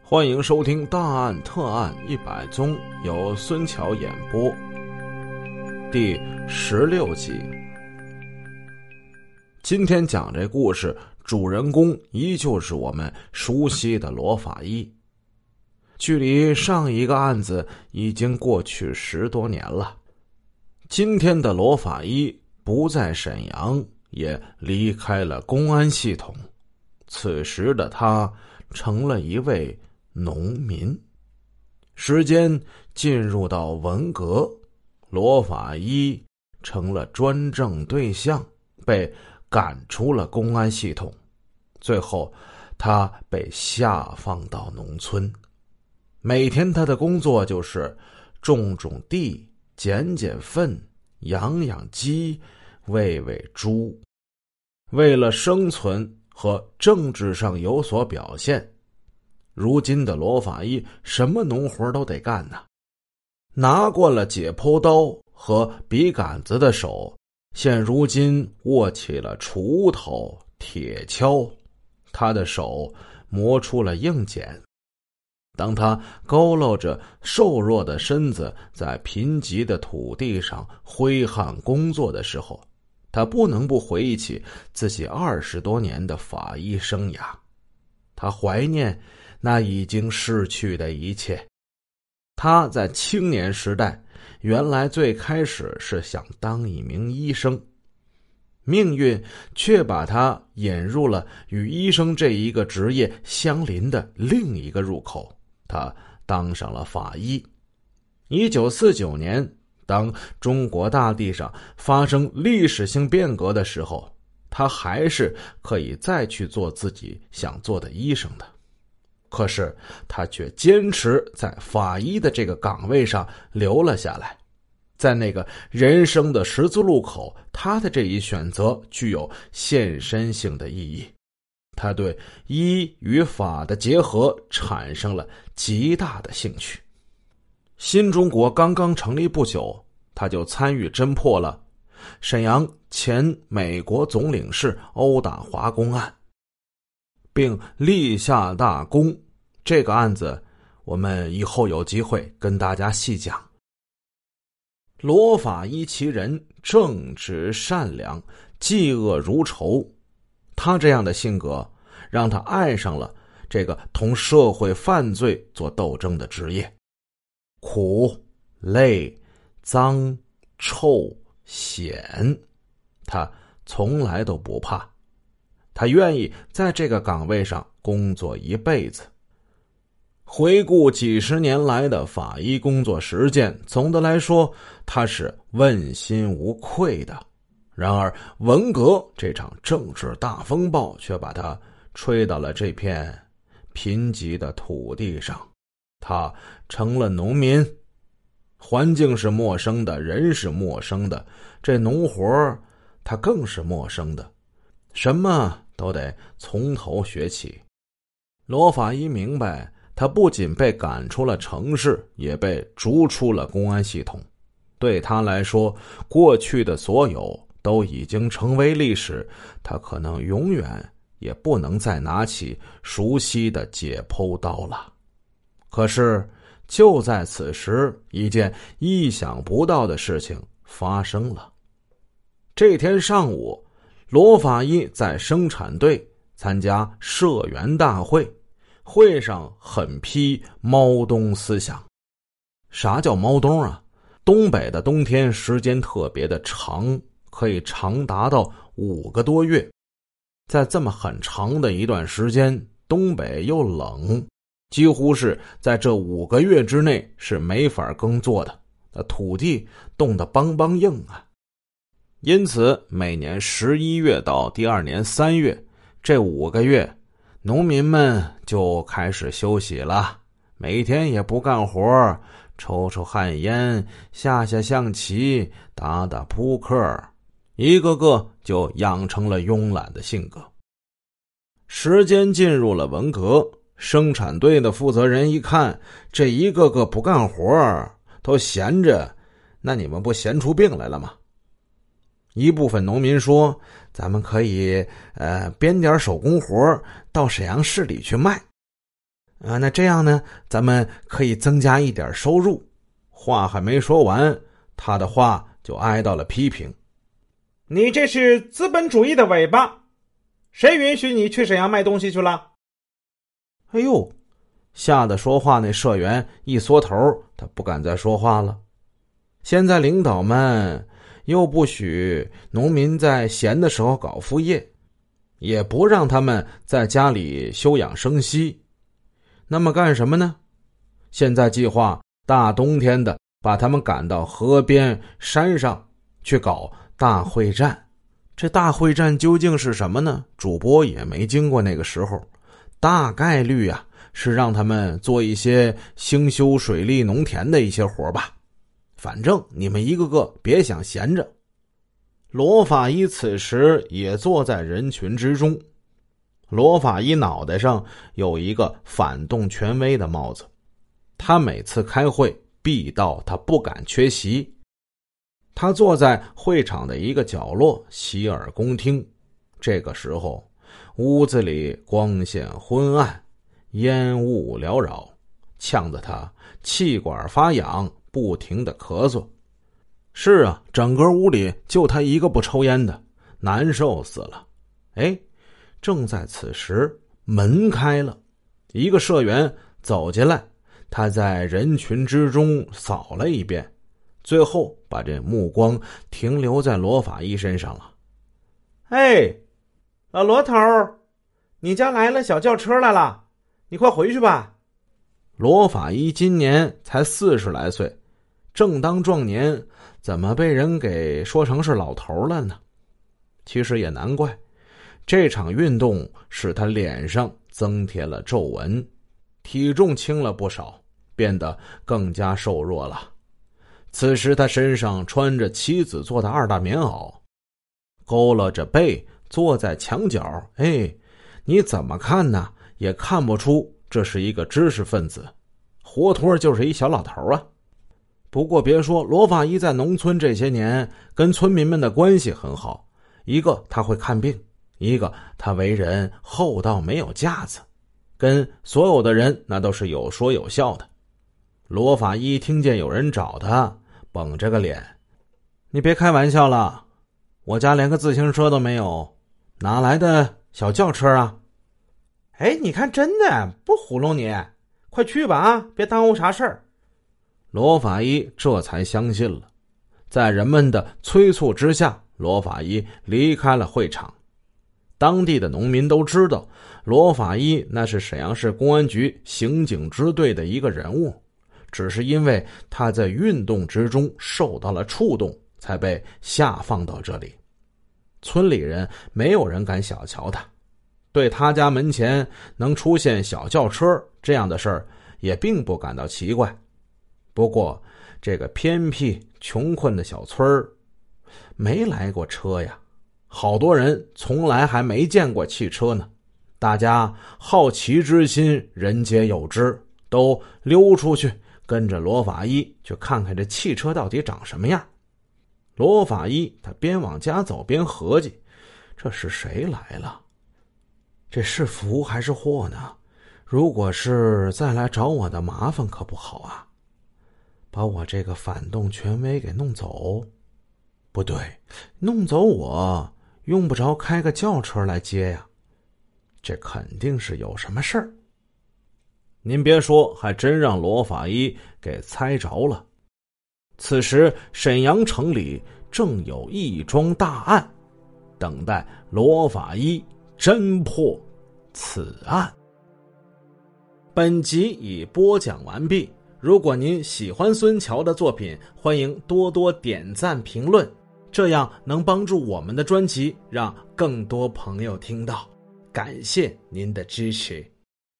欢迎收听大案特案100宗，由孙桥演播。第16集。今天讲这故事，主人公依旧是我们熟悉的罗法医。距离上一个案子已经过去10多年了。今天的罗法医不在沈阳，也离开了公安系统。此时的他成了一位农民。时间进入到文革，罗法医成了专政对象，被赶出了公安系统。最后他被下放到农村，每天他的工作就是种种地、捡捡粪、养养鸡、喂喂猪。为了生存和政治上有所表现，如今的罗法医什么农活都得干呢。拿过了解剖刀和笔杆子的手，现如今握起了锄头、铁锹，他的手磨出了硬茧。当他佝偻着瘦弱的身子在贫瘠的土地上挥汗工作的时候，他不能不回忆起自己20多年的法医生涯。他怀念那已经逝去的一切。他在青年时代原来最开始是想当一名医生，命运却把他引入了与医生这一个职业相邻的另一个入口，他当上了法医。1949年，当中国大地上发生历史性变革的时候，他还是可以再去做自己想做的医生的。可是他却坚持在法医的这个岗位上留了下来。在那个人生的十字路口，他的这一选择具有献身性的意义。他对医与法的结合产生了极大的兴趣。新中国刚刚成立不久，他就参与侦破了沈阳前美国总领事欧大华公案，并立下大功。这个案子我们以后有机会跟大家细讲。罗法医其人正直善良，嫉恶如仇。他这样的性格让他爱上了这个同社会犯罪做斗争的职业。苦、累、脏、臭、险，他从来都不怕。他愿意在这个岗位上工作一辈子。回顾几十年来的法医工作实践，总的来说他是问心无愧的。然而文革这场政治大风暴却把他吹到了这片贫瘠的土地上。他成了农民，环境是陌生的，人是陌生的，这农活他更是陌生的，什么都得从头学起。罗法医明白，他不仅被赶出了城市，也被逐出了公安系统。对他来说，过去的所有都已经成为历史，他可能永远也不能再拿起熟悉的解剖刀了。可是就在此时，一件意想不到的事情发生了。这天上午，罗法医在生产队参加社员大会，会上狠批猫冬思想。啥叫猫冬啊？东北的冬天时间特别的长，可以长达到5个多月。在这么很长的一段时间，东北又冷，几乎是在这5个月之内是没法耕作的，那土地冻得梆梆硬啊。因此每年11月到第2年3月，这5个月农民们就开始休息了，每天也不干活，抽抽旱烟，下下象棋，打打扑克，一个个就养成了慵懒的性格。时间进入了文革，生产队的负责人一看这一个个不干活都闲着，那你们不闲出病来了吗？一部分农民说，咱们可以编点手工活到沈阳市里去卖。 那这样呢，咱们可以增加一点收入。话还没说完，他的话就挨到了批评。 你这是资本主义的尾巴，谁允许你去沈阳卖东西去了？ 哎呦，吓得说话那社员一缩头，他不敢再说话了。现在领导们又不许农民在闲的时候搞副业，也不让他们在家里休养生息，那么干什么呢？现在计划大冬天的把他们赶到河边山上去搞大会战。这大会战究竟是什么呢？主播也没经过那个时候，大概率是让他们做一些兴修水利农田的一些活吧。反正你们一个个别想闲着。罗法医此时也坐在人群之中。罗法医脑袋上有一个反动权威的帽子，他每次开会必到，他不敢缺席。他坐在会场的一个角落洗耳恭听。这个时候屋子里光线昏暗，烟雾缭绕，呛得他气管发痒，不停地咳嗽。是啊，整个屋里就他一个不抽烟的，难受死了。哎，正在此时，门开了，一个社员走进来，他在人群之中扫了一遍，最后把这目光停留在罗法医身上了。 哎，老罗头，你家来了小轿车来了，你快回去吧。 罗法医今年才40来岁，正当壮年，怎么被人给说成是老头了呢？其实也难怪，这场运动使他脸上增添了皱纹，体重轻了不少，变得更加瘦弱了。此时他身上穿着妻子做的2大棉袄，佝偻着背坐在墙角。哎，你怎么看呢，也看不出这是一个知识分子，活脱就是一小老头啊。不过别说，罗法医在农村这些年跟村民们的关系很好，一个他会看病，一个他为人厚道没有架子，跟所有的人那都是有说有笑的。罗法医听见有人找他，绷着个脸，你别开玩笑了，我家连个自行车都没有，哪来的小轿车啊？ 哎，你看真的不唬弄你，快去吧啊，别耽误啥事儿。 罗法医这才相信了，在人们的催促之下，罗法医离开了会场。当地的农民都知道，罗法医那是沈阳市公安局刑警支队的一个人物，只是因为他在运动之中受到了触动，才被下放到这里。村里人没有人敢小瞧他，对他家门前能出现小轿车这样的事儿也并不感到奇怪。不过这个偏僻穷困的小村儿没来过车呀，好多人从来还没见过汽车呢。大家好奇之心人皆有之，都溜出去跟着罗法医去看看这汽车到底长什么样。罗法医他边往家走边合计，这是谁来了？这是福还是祸呢？如果是再来找我的麻烦可不好啊，把我这个反动权威给弄走。不对，弄走我用不着开个轿车来接呀，这肯定是有什么事儿。您别说，还真让罗法医给猜着了。此时沈阳城里正有一桩大案，等待罗法医侦破此案。本集已播讲完毕，如果您喜欢孙桥的作品，欢迎多多点赞评论，这样能帮助我们的专辑让更多朋友听到。感谢您的支持。